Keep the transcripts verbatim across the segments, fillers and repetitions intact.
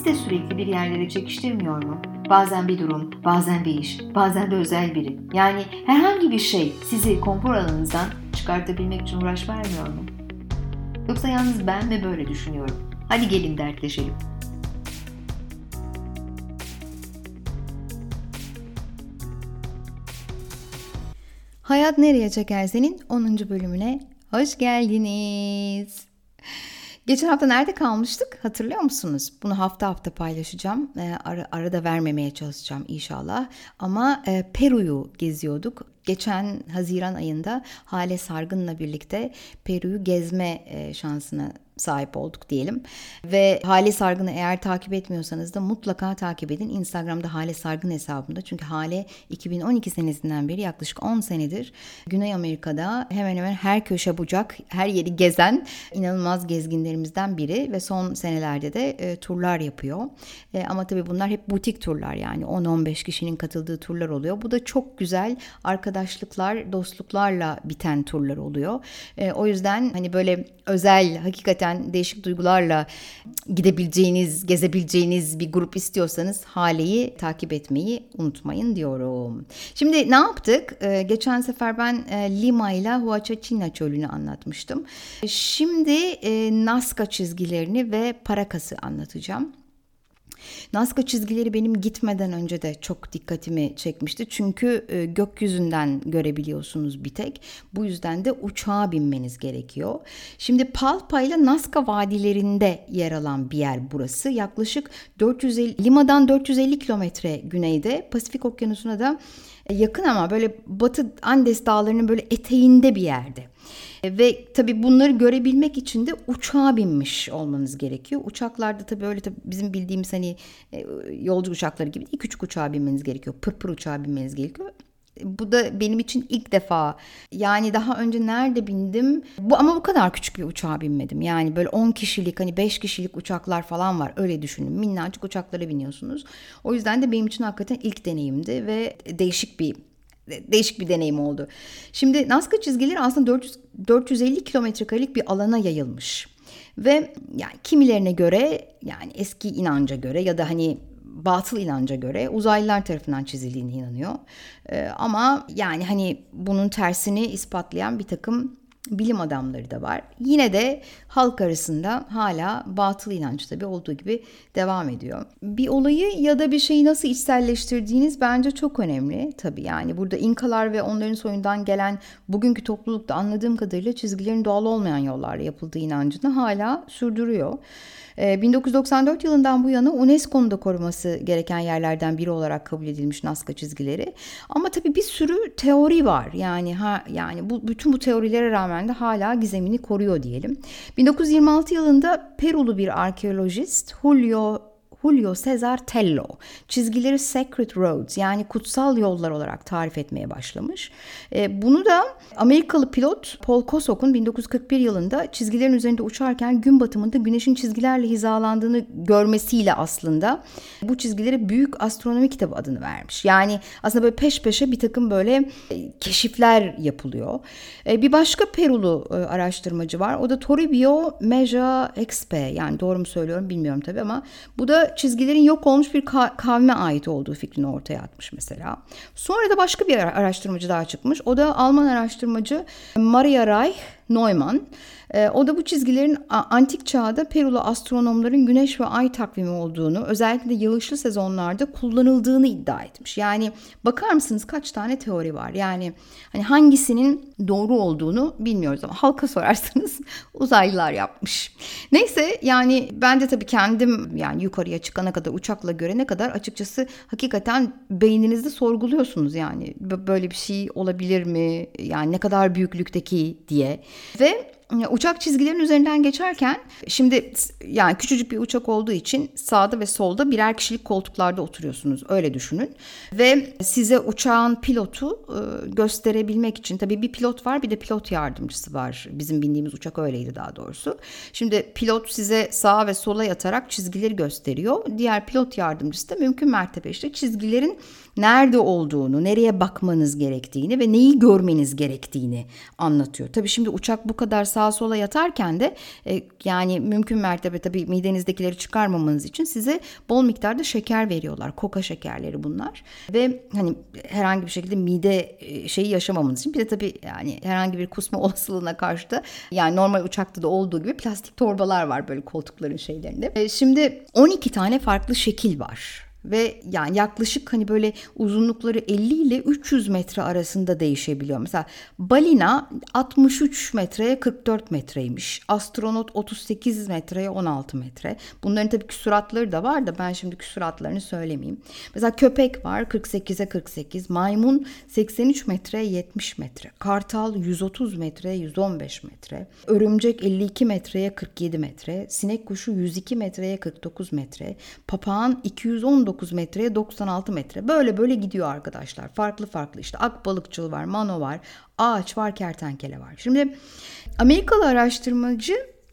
sizi de sürekli bir yerlere çekiştirmiyor mu? Bazen bir durum, bazen bir iş, bazen de özel biri. Yani herhangi bir şey sizi konfor alanınızdan çıkartabilmek için uğraş vermiyor mu? Yoksa yalnız ben mi böyle düşünüyorum? Hadi gelin dertleşelim. Hayat Nereye Çeker Senin onuncu bölümüne hoş geldiniz. Geçen hafta nerede kalmıştık hatırlıyor musunuz? Bunu hafta hafta paylaşacağım. E, ara, arada vermemeye çalışacağım inşallah. Ama e, Peru'yu geziyorduk. Geçen Haziran ayında Hale Sargın'la birlikte Peru'yu gezme e, şansına sahip olduk diyelim. Ve Hale Sargın'ı eğer takip etmiyorsanız da mutlaka takip edin. Instagram'da Hale Sargın hesabında. Çünkü Hale iki bin on iki senesinden beri yaklaşık on senedir Güney Amerika'da hemen hemen her köşe bucak, her yeri gezen inanılmaz gezginlerimizden biri ve son senelerde de e, turlar yapıyor. E, ama tabii bunlar hep butik turlar, yani on on beş kişinin katıldığı turlar oluyor. Bu da çok güzel arkadaşlıklar, dostluklarla biten turlar oluyor. E, o yüzden hani böyle özel, hakikaten değişik duygularla gidebileceğiniz, gezebileceğiniz bir grup istiyorsanız Hale'yi takip etmeyi unutmayın diyorum. Şimdi ne yaptık? Ee, geçen sefer ben e, Lima ile Huacachina çölünü anlatmıştım. Şimdi e, Nazca çizgilerini ve Paracas'ı anlatacağım. Nazca çizgileri benim gitmeden önce de çok dikkatimi çekmişti. Çünkü e, gökyüzünden görebiliyorsunuz bir tek. Bu yüzden de uçağa binmeniz gerekiyor. Şimdi Palpa ile Nazca vadilerinde yer alan bir yer burası. Yaklaşık dört yüz elli, Lima'dan dört yüz elli kilometre güneyde, Pasifik Okyanusu'na da yakın ama böyle Batı Andes dağlarının böyle eteğinde bir yerde. Ve tabii bunları görebilmek için de uçağa binmiş olmanız gerekiyor. Uçaklarda tabii öyle tabii bizim bildiğimiz hani yolcu uçakları gibi değil, küçük uçağa binmeniz gerekiyor. Pırpır uçağa binmeniz gerekiyor. Bu da benim için ilk defa. Yani daha önce nerede bindim? Bu ama bu kadar küçük bir uçağa binmedim. Yani böyle on kişilik, hani beş kişilik uçaklar falan var. Öyle düşünün. Minnacık uçaklara biniyorsunuz. O yüzden de benim için hakikaten ilk deneyimdi ve değişik bir Değişik bir deneyim oldu. Şimdi Nazca çizgileri aslında dört yüz, dört yüz elli kilometre karelik bir alana yayılmış. Ve yani kimilerine göre, yani eski inanca göre ya da hani batıl inanca göre uzaylılar tarafından çizildiğine inanıyor. Ee, ama yani hani bunun tersini ispatlayan bir takım bilim adamları da var. Yine de halk arasında hala batıl inanç tabii olduğu gibi devam ediyor. Bir olayı ya da bir şeyi nasıl içselleştirdiğiniz bence çok önemli tabii. Yani burada İnkalar ve onların soyundan gelen bugünkü toplulukta anladığım kadarıyla çizgilerin doğal olmayan yollarla yapıldığı inancını hala sürdürüyor. bin dokuz yüz doksan dört yılından bu yana UNESCO'nun da koruması gereken yerlerden biri olarak kabul edilmiş Nazca çizgileri. Ama tabii bir sürü teori var. Yani ha yani bu bütün bu teorilere rağmen de hala gizemini koruyor diyelim. bin dokuz yüz yirmi altı yılında Perulu bir arkeolojist Julio Julio César Tello çizgileri Sacred Roads, yani kutsal yollar olarak tarif etmeye başlamış. E, bunu da Amerikalı pilot Paul Kosok'un bin dokuz yüz kırk bir yılında çizgilerin üzerinde uçarken gün batımında güneşin çizgilerle hizalandığını görmesiyle aslında bu çizgilere Büyük Astronomi Kitabı adını vermiş. Yani aslında böyle peş peşe bir takım böyle e, keşifler yapılıyor. E, bir başka Perulu e, araştırmacı var. O da Toribio Meja Expe, yani doğru mu söylüyorum bilmiyorum tabii ama bu da çizgilerin yok olmuş bir kavme ait olduğu fikrini ortaya atmış mesela. Sonra da başka bir araştırmacı daha çıkmış. O da Alman araştırmacı Maria Reich Neumann. E, o da bu çizgilerin antik çağda Perulu astronomların güneş ve ay takvimi olduğunu, özellikle de yağışlı sezonlarda kullanıldığını iddia etmiş. Yani bakar mısınız kaç tane teori var? Yani hani hangisinin doğru olduğunu bilmiyoruz ama halka sorarsanız uzaylılar yapmış. Neyse, yani ben de tabii kendim yani yukarıya çıkana kadar, uçakla görene kadar açıkçası hakikaten beyninizde sorguluyorsunuz, yani böyle bir şey olabilir mi? Yani ne kadar büyüklükteki diye. Ve uçak çizgilerin üzerinden geçerken, şimdi yani küçücük bir uçak olduğu için sağda ve solda birer kişilik koltuklarda oturuyorsunuz, öyle düşünün. Ve size uçağın pilotu gösterebilmek için, tabii bir pilot var, bir de pilot yardımcısı var. Bizim bindiğimiz uçak öyleydi daha doğrusu. Şimdi pilot size sağa ve sola yatarak çizgileri gösteriyor. Diğer pilot yardımcısı da mümkün mertebe işte çizgilerin nerede olduğunu, nereye bakmanız gerektiğini ve neyi görmeniz gerektiğini anlatıyor. Tabii şimdi uçak bu kadar sağa sola yatarken de e, yani mümkün mertebe tabii midenizdekileri çıkarmamanız için size bol miktarda şeker veriyorlar. Koka şekerleri bunlar. Ve hani herhangi bir şekilde mide e, şeyi yaşamamanız için bir de tabii yani herhangi bir kusma olasılığına karşı da yani normal uçakta da olduğu gibi plastik torbalar var böyle koltukların şeylerinde. E, şimdi on iki tane farklı şekil var. Ve yani yaklaşık hani böyle uzunlukları elli ile üç yüz metre arasında değişebiliyor. Mesela balina altmış üç metreye kırk dört metreymiş. Astronot otuz sekiz metreye on altı metre. Bunların tabii küsuratları da var da ben şimdi küsuratlarını söylemeyeyim. Mesela köpek var kırk sekize kırk sekiz. Maymun seksen üç metreye yetmiş metre. Kartal yüz otuz metreye yüz on beş metre. Örümcek elli iki metreye kırk yedi metre. Sinek kuşu yüz iki metreye kırk dokuz metre. Papağan iki yüz on dokuz metreye doksan altı metre. Böyle böyle gidiyor arkadaşlar. Farklı farklı işte akbalıkçıl var, mano var, ağaç var, kertenkele var. Şimdi Amerikalı araştırmacı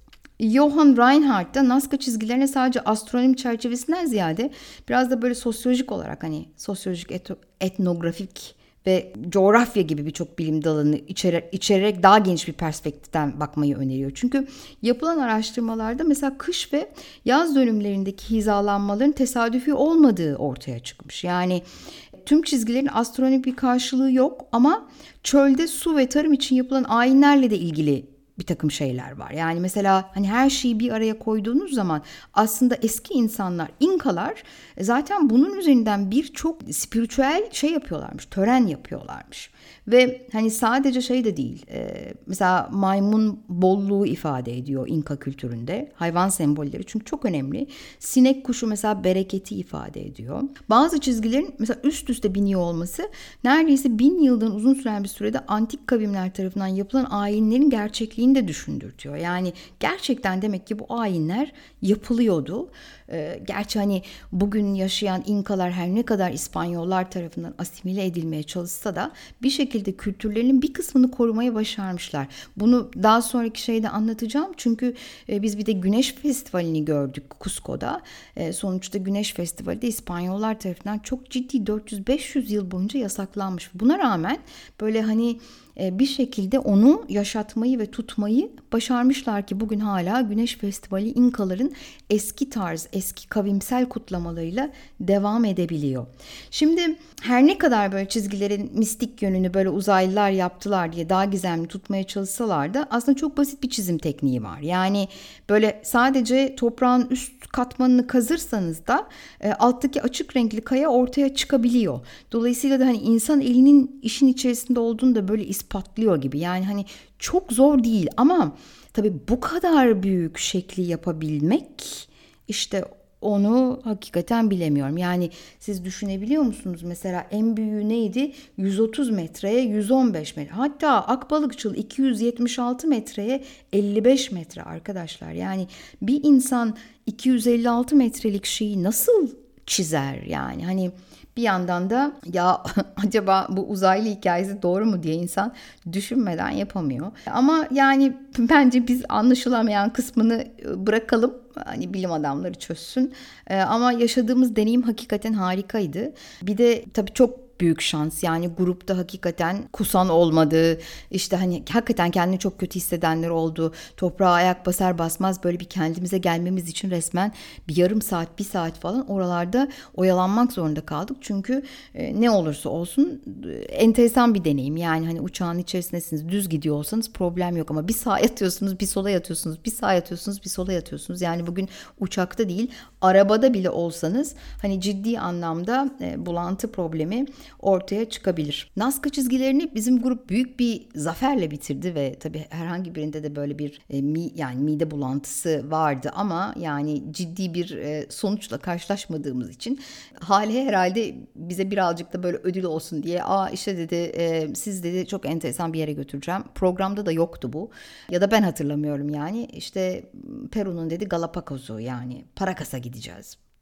Johann Reinhardt da Nazca çizgilerine sadece astronomi çerçevesinden ziyade biraz da böyle sosyolojik olarak hani sosyolojik eto, etnografik ve coğrafya gibi birçok bilim dalını içere, içererek daha geniş bir perspektiften bakmayı öneriyor. Çünkü yapılan araştırmalarda mesela kış ve yaz dönümlerindeki hizalanmaların tesadüfi olmadığı ortaya çıkmış. Yani tüm çizgilerin astronomik bir karşılığı yok ama çölde su ve tarım için yapılan ayinlerle de ilgili bir takım şeyler var. Yani mesela hani her şeyi bir araya koyduğunuz zaman aslında eski insanlar, İnkalar zaten bunun üzerinden birçok spiritüel şey yapıyorlarmış, tören yapıyorlarmış. Ve hani sadece şey de değil, e, mesela maymun bolluğu ifade ediyor İnka kültüründe. Hayvan sembolleri çünkü çok önemli. Sinek kuşu mesela bereketi ifade ediyor. Bazı çizgilerin mesela üst üste biniyor olması neredeyse bin yıldan uzun süren bir sürede antik kavimler tarafından yapılan ayinlerin gerçekliğini de düşündürtüyor. Yani gerçekten demek ki bu ayinler yapılıyordu. Ee, gerçi hani bugün yaşayan İnkalar her ne kadar İspanyollar tarafından asimile edilmeye çalışsa da bir şekilde kültürlerinin bir kısmını korumaya başarmışlar. Bunu daha sonraki şeyde anlatacağım. Çünkü e, biz bir de Güneş Festivali'ni gördük Cusco'da. E, sonuçta Güneş Festivali de İspanyollar tarafından çok ciddi dört yüz beş yüz yıl boyunca yasaklanmış. Buna rağmen böyle hani bir şekilde onu yaşatmayı ve tutmayı başarmışlar ki bugün hala Güneş Festivali İnkaların eski tarz, eski kavimsel kutlamalarıyla devam edebiliyor. Şimdi her ne kadar böyle çizgilerin mistik yönünü böyle uzaylılar yaptılar diye daha gizemli tutmaya çalışsalar da aslında çok basit bir çizim tekniği var. Yani böyle sadece toprağın üst katmanını kazırsanız da e, alttaki açık renkli kaya ortaya çıkabiliyor. Dolayısıyla da hani insan elinin işin içerisinde olduğunu da böyle ispatlıyor gibi. Yani hani çok zor değil ama tabii bu kadar büyük şekli yapabilmek işte onu hakikaten bilemiyorum. Yani siz düşünebiliyor musunuz? Mesela en büyüğü neydi? yüz otuz metreye yüz on beş metre. Hatta akbalıkçıl iki yüz yetmiş altı metreye elli beş metre arkadaşlar. Yani bir insan iki yüz elli altı metrelik şeyi nasıl çizer yani? Hani bir yandan da ya acaba bu uzaylı hikayesi doğru mu diye insan düşünmeden yapamıyor. Ama yani bence biz anlaşılamayan kısmını bırakalım. Hani bilim adamları çözsün. Ee, ama yaşadığımız deneyim hakikaten harikaydı. Bir de tabii çok büyük şans yani grupta hakikaten kusan olmadı, işte hani hakikaten kendini çok kötü hissedenler oldu. Toprağa ayak basar basmaz böyle bir kendimize gelmemiz için resmen bir yarım saat bir saat falan oralarda oyalanmak zorunda kaldık. Çünkü e, ne olursa olsun e, enteresan bir deneyim yani hani uçağın içerisindesiniz, düz gidiyor olsanız problem yok ama bir sağa yatıyorsunuz bir sola yatıyorsunuz, bir sağa yatıyorsunuz bir sola yatıyorsunuz. Yani bugün uçakta değil arabada bile olsanız hani ciddi anlamda e, bulantı problemi ortaya çıkabilir. Nazca çizgilerini bizim grup büyük bir zaferle bitirdi ve tabii herhangi birinde de böyle bir e, mi, yani mide bulantısı vardı ama yani ciddi bir e, sonuçla karşılaşmadığımız için hali herhalde bize birazcık da böyle ödül olsun diye aa işte dedi e, siz dedi çok enteresan bir yere götüreceğim. Programda da yoktu bu ya da ben hatırlamıyorum yani işte Peru'nun dedi Galapagos'u yani Paracas'a gideceğiz.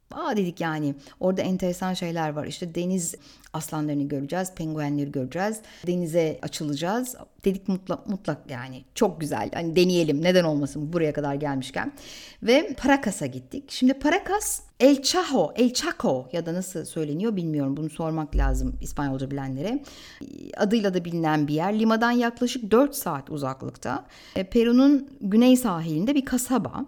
Aa dedik yani orada enteresan şeyler var. İşte deniz aslanlarını göreceğiz, penguenleri göreceğiz. Denize açılacağız. Dedik mutlak mutlak yani çok güzel. Hani deneyelim, neden olmasın buraya kadar gelmişken. Ve Paracas'a gittik. Şimdi Paracas El Chaco, El Chaco ya da nasıl söyleniyor bilmiyorum. Bunu sormak lazım İspanyolca bilenlere. Adıyla da bilinen bir yer. Lima'dan yaklaşık dört saat uzaklıkta. Peru'nun güney sahilinde bir kasaba.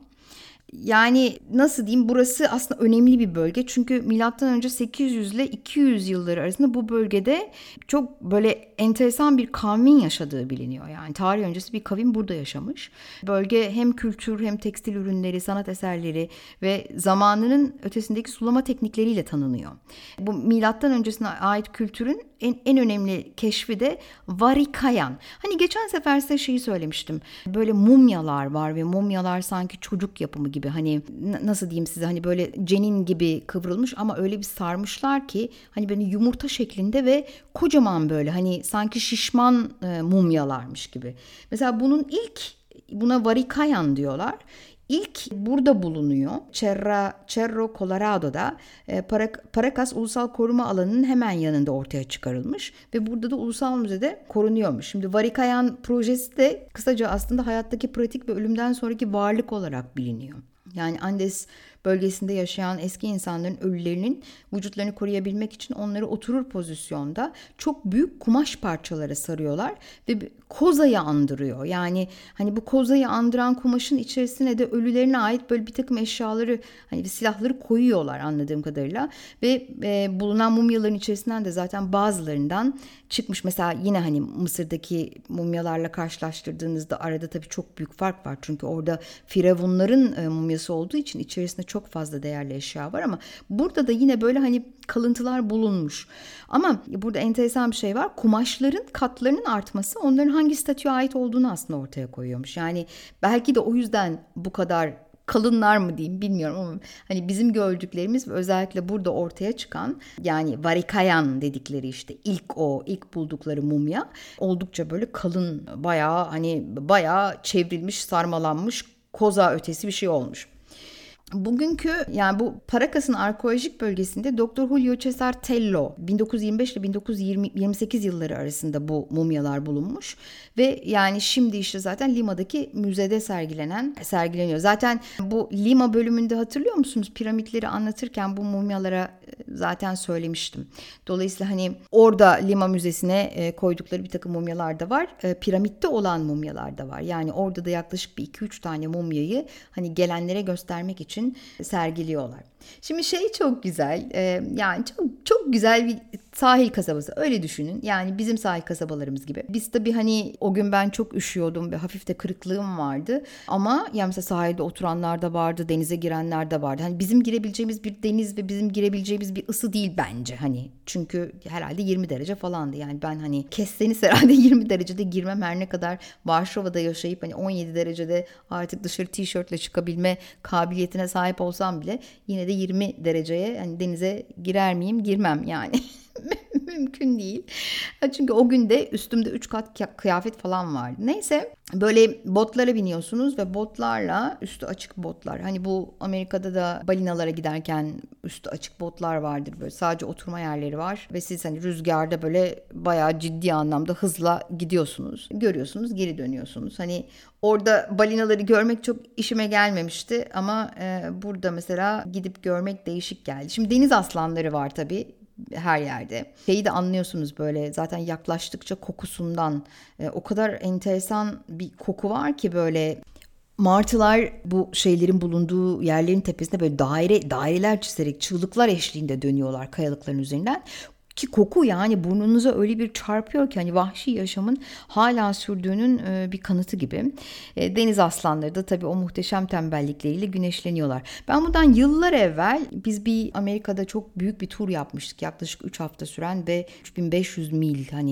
Yani nasıl diyeyim, burası aslında önemli bir bölge. Çünkü milattan önce sekiz yüz ile iki yüz yılları arasında bu bölgede çok böyle enteresan bir kavmin yaşadığı biliniyor. Yani tarih öncesi bir kavim burada yaşamış. Bölge hem kültür hem tekstil ürünleri, sanat eserleri ve zamanının ötesindeki sulama teknikleriyle tanınıyor. Bu milattan öncesine ait kültürün en, en önemli keşfi de Varikayan. Hani geçen sefer size şeyi söylemiştim. Böyle mumyalar var ve mumyalar sanki çocuk yapımı gibi. Hani nasıl diyeyim size, hani böyle cenin gibi kıvrılmış ama öyle bir sarmışlar ki hani böyle yumurta şeklinde ve kocaman, böyle hani sanki şişman e, mumyalarmış gibi. Mesela bunun ilk, buna Varikayan diyorlar. İlk burada bulunuyor. Cerro, Cerro Colorado'da e, Paracas Ulusal Koruma Alanı'nın hemen yanında ortaya çıkarılmış ve burada da ulusal müzede korunuyormuş. Şimdi Varikayan projesi de kısaca aslında hayattaki pratik ve ölümden sonraki varlık olarak biliniyor. Yani Andes bölgesinde yaşayan eski insanların ölülerinin vücutlarını koruyabilmek için onları oturur pozisyonda çok büyük kumaş parçalara sarıyorlar ve kozayı andırıyor. Yani hani bu kozayı andıran kumaşın içerisine de ölülerine ait böyle bir takım eşyaları, hani bir silahları koyuyorlar anladığım kadarıyla ve e, bulunan mumyaların içerisinden de zaten bazılarından çıkmış. Mesela yine hani Mısır'daki mumyalarla karşılaştırdığınızda arada tabii çok büyük fark var. Çünkü orada firavunların e, mumyası olduğu için içerisinde çok fazla değerli eşya var ama burada da yine böyle hani kalıntılar bulunmuş. Ama burada enteresan bir şey var. Kumaşların katlarının artması onların hangi statüye ait olduğunu aslında ortaya koyuyormuş. Yani belki de o yüzden bu kadar kalınlar mı diyeyim bilmiyorum ama hani bizim gördüklerimiz ve özellikle burada ortaya çıkan, yani Varikayan dedikleri işte ilk o ilk buldukları mumya oldukça böyle kalın, bayağı hani bayağı çevrilmiş, sarmalanmış, koza ötesi bir şey olmuş. Bugünkü yani bu Paracas'ın arkeolojik bölgesinde doktor Julio Cesar Tello bin dokuz yüz yirmi beş ile bin dokuz yüz yirmi sekiz yılları arasında bu mumyalar bulunmuş ve yani şimdi işte zaten Lima'daki müzede sergilenen sergileniyor. Zaten bu Lima bölümünde hatırlıyor musunuz? Piramitleri anlatırken bu mumyalara zaten söylemiştim. Dolayısıyla hani orada Lima Müzesi'ne koydukları bir takım mumyalar da var. Piramitte olan mumyalar da var. Yani orada da yaklaşık bir iki üç tane mumyayı hani gelenlere göstermek için sergiliyorlar. Şimdi şey çok güzel, e, yani çok çok güzel bir sahil kasabası, öyle düşünün. Yani bizim sahil kasabalarımız gibi. Biz tabii hani o gün ben çok üşüyordum ve hafif de kırıklığım vardı. Ama yani mesela sahilde oturanlar da vardı, denize girenler de vardı. Hani bizim girebileceğimiz bir deniz ve bizim girebileceğimiz bir ısı değil bence hani. Çünkü herhalde yirmi derece falandı. Yani ben hani kesseniz herhalde yirmi derecede girmem, her ne kadar Varşova'da yaşayıp hani on yedi derecede artık dışarı tişörtle çıkabilme kabiliyetine sahip olsam bile yine de yirmi dereceye hani denize girer miyim? Girmem yani. Mümkün değil. Çünkü o gün de üstümde üç kat kıyafet falan vardı. Neyse, böyle botlara biniyorsunuz ve botlarla, üstü açık botlar. Hani bu Amerika'da da balinalara giderken üstü açık botlar vardır. Böyle sadece oturma yerleri var ve siz hani rüzgarda böyle bayağı ciddi anlamda hızla gidiyorsunuz. Görüyorsunuz, geri dönüyorsunuz. Hani orada balinaları görmek çok işime gelmemişti ama e, burada mesela gidip görmek değişik geldi. Şimdi deniz aslanları var tabii her yerde. Şeyi de anlıyorsunuz böyle zaten yaklaştıkça kokusundan. E, o kadar enteresan bir koku var ki böyle martılar bu şeylerin bulunduğu yerlerin tepesinde böyle daire daireler çizerek çığlıklar eşliğinde dönüyorlar kayalıkların üzerinden. Ki koku yani burnunuza öyle bir çarpıyor ki hani vahşi yaşamın hala sürdüğünün bir kanıtı gibi. Deniz aslanları da tabii o muhteşem tembellikleriyle güneşleniyorlar. Ben bundan yıllar evvel biz bir Amerika'da çok büyük bir tur yapmıştık. Yaklaşık üç hafta süren ve üç bin beş yüz mil hani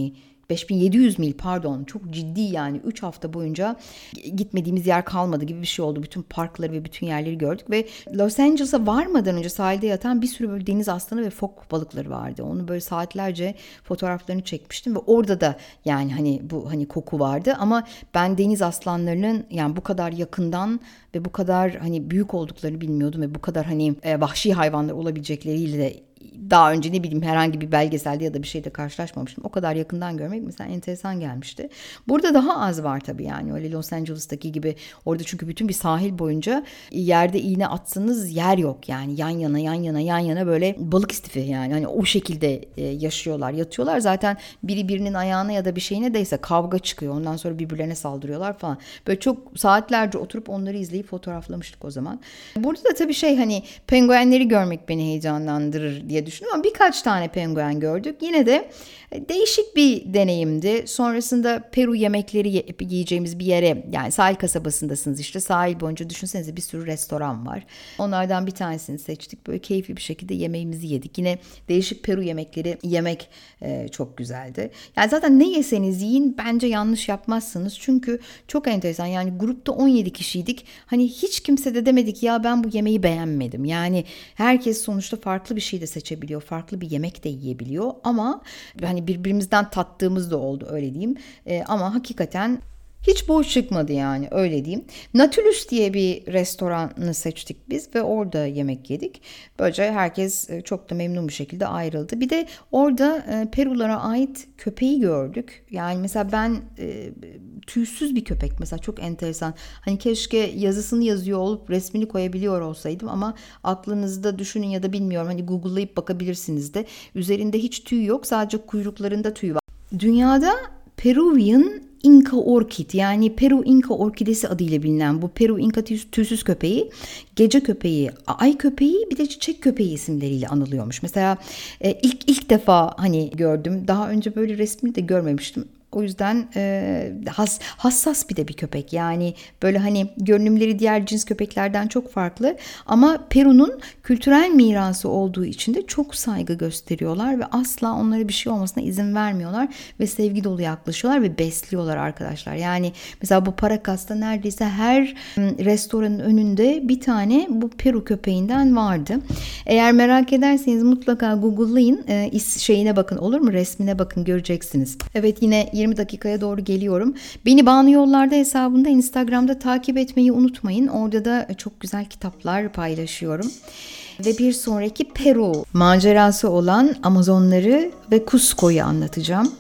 beş bin yedi yüz mil pardon, çok ciddi yani üç hafta boyunca gitmediğimiz yer kalmadı gibi bir şey oldu. Bütün parkları ve bütün yerleri gördük ve Los Angeles'a varmadan önce sahilde yatan bir sürü böyle deniz aslanı ve fok balıkları vardı. Onu böyle saatlerce fotoğraflarını çekmiştim ve orada da yani hani bu hani koku vardı ama ben deniz aslanlarının yani bu kadar yakından ve bu kadar hani büyük olduklarını bilmiyordum ve bu kadar hani e, vahşi hayvanlar olabilecekleriyle de daha önce ne bileyim herhangi bir belgeselde ya da bir şeyde karşılaşmamıştım. O kadar yakından görmek mesela enteresan gelmişti. Burada daha az var tabii yani öyle Los Angeles'taki gibi. Orada çünkü bütün bir sahil boyunca yerde iğne atsanız yer yok yani. Yan yana yan yana yan yana böyle balık istifi yani. Hani o şekilde yaşıyorlar, yatıyorlar. Zaten biri birinin ayağına ya da bir şeyine değse kavga çıkıyor. Ondan sonra birbirlerine saldırıyorlar falan. Böyle çok saatlerce oturup onları izleyip fotoğraflamıştık o zaman. Burada da tabii şey hani penguenleri görmek beni heyecanlandırır diye düşündüm ama birkaç tane penguen gördük. Yine de değişik bir deneyimdi. Sonrasında Peru yemekleri yiyeceğimiz bir yere yani sahil kasabasındasınız işte sahil boyunca düşünsenize bir sürü restoran var. Onlardan bir tanesini seçtik. Böyle keyifli bir şekilde yemeğimizi yedik. Yine değişik Peru yemekleri yemek e, çok güzeldi. Yani zaten ne yeseniz yiyin bence yanlış yapmazsınız. Çünkü çok enteresan yani grupta on yedi kişiydik. Hani hiç kimse de demedik ya ben bu yemeği beğenmedim. Yani herkes sonuçta farklı bir şey de seçebiliyor. Farklı bir yemek de yiyebiliyor ama hani birbirimizden tattığımız da oldu öyle diyeyim. E, ama hakikaten hiç boş çıkmadı yani öyle diyeyim. Nautilus diye bir restoranı seçtik biz ve orada yemek yedik. Böylece herkes çok da memnun bir şekilde ayrıldı. Bir de orada Perulara ait köpeği gördük. Yani mesela ben e, tüysüz bir köpek mesela çok enteresan. Hani keşke yazısını yazıyor olup resmini koyabiliyor olsaydım ama aklınızda düşünün ya da bilmiyorum hani Google'layıp bakabilirsiniz de. Üzerinde hiç tüy yok sadece kuyruklarında tüy var. Dünyada Peruvian Inca Orchid yani Peru Inca orkidesi adıyla bilinen bu Peru Inca tüysüz köpeği, gece köpeği, ay köpeği bir de çiçek köpeği isimleriyle anılıyormuş. Mesela e, ilk ilk defa hani gördüm. Daha önce böyle resmini de görmemiştim. O yüzden e, has, hassas bir de bir köpek yani böyle hani görünümleri diğer cins köpeklerden çok farklı ama Peru'nun kültürel mirası olduğu için de çok saygı gösteriyorlar ve asla onlara bir şey olmasına izin vermiyorlar ve sevgi dolu yaklaşıyorlar ve besliyorlar arkadaşlar. Yani mesela bu Paracas'ta neredeyse her restoranın önünde bir tane bu Peru köpeğinden vardı. Eğer merak ederseniz mutlaka Google'layın e, şeyine bakın olur mu resmine bakın göreceksiniz. Evet yine yirmi dakikaya doğru geliyorum. Beni Banu Yollarda hesabında Instagram'da takip etmeyi unutmayın. Orada da çok güzel kitaplar paylaşıyorum. Ve bir sonraki Peru macerası olan Amazonları ve Cusco'yu anlatacağım.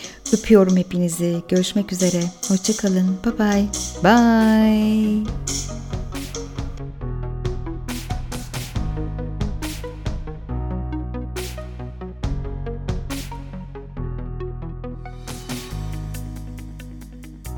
Öpüyorum hepinizi. Görüşmek üzere. Hoşça kalın. Bye bye. Bye.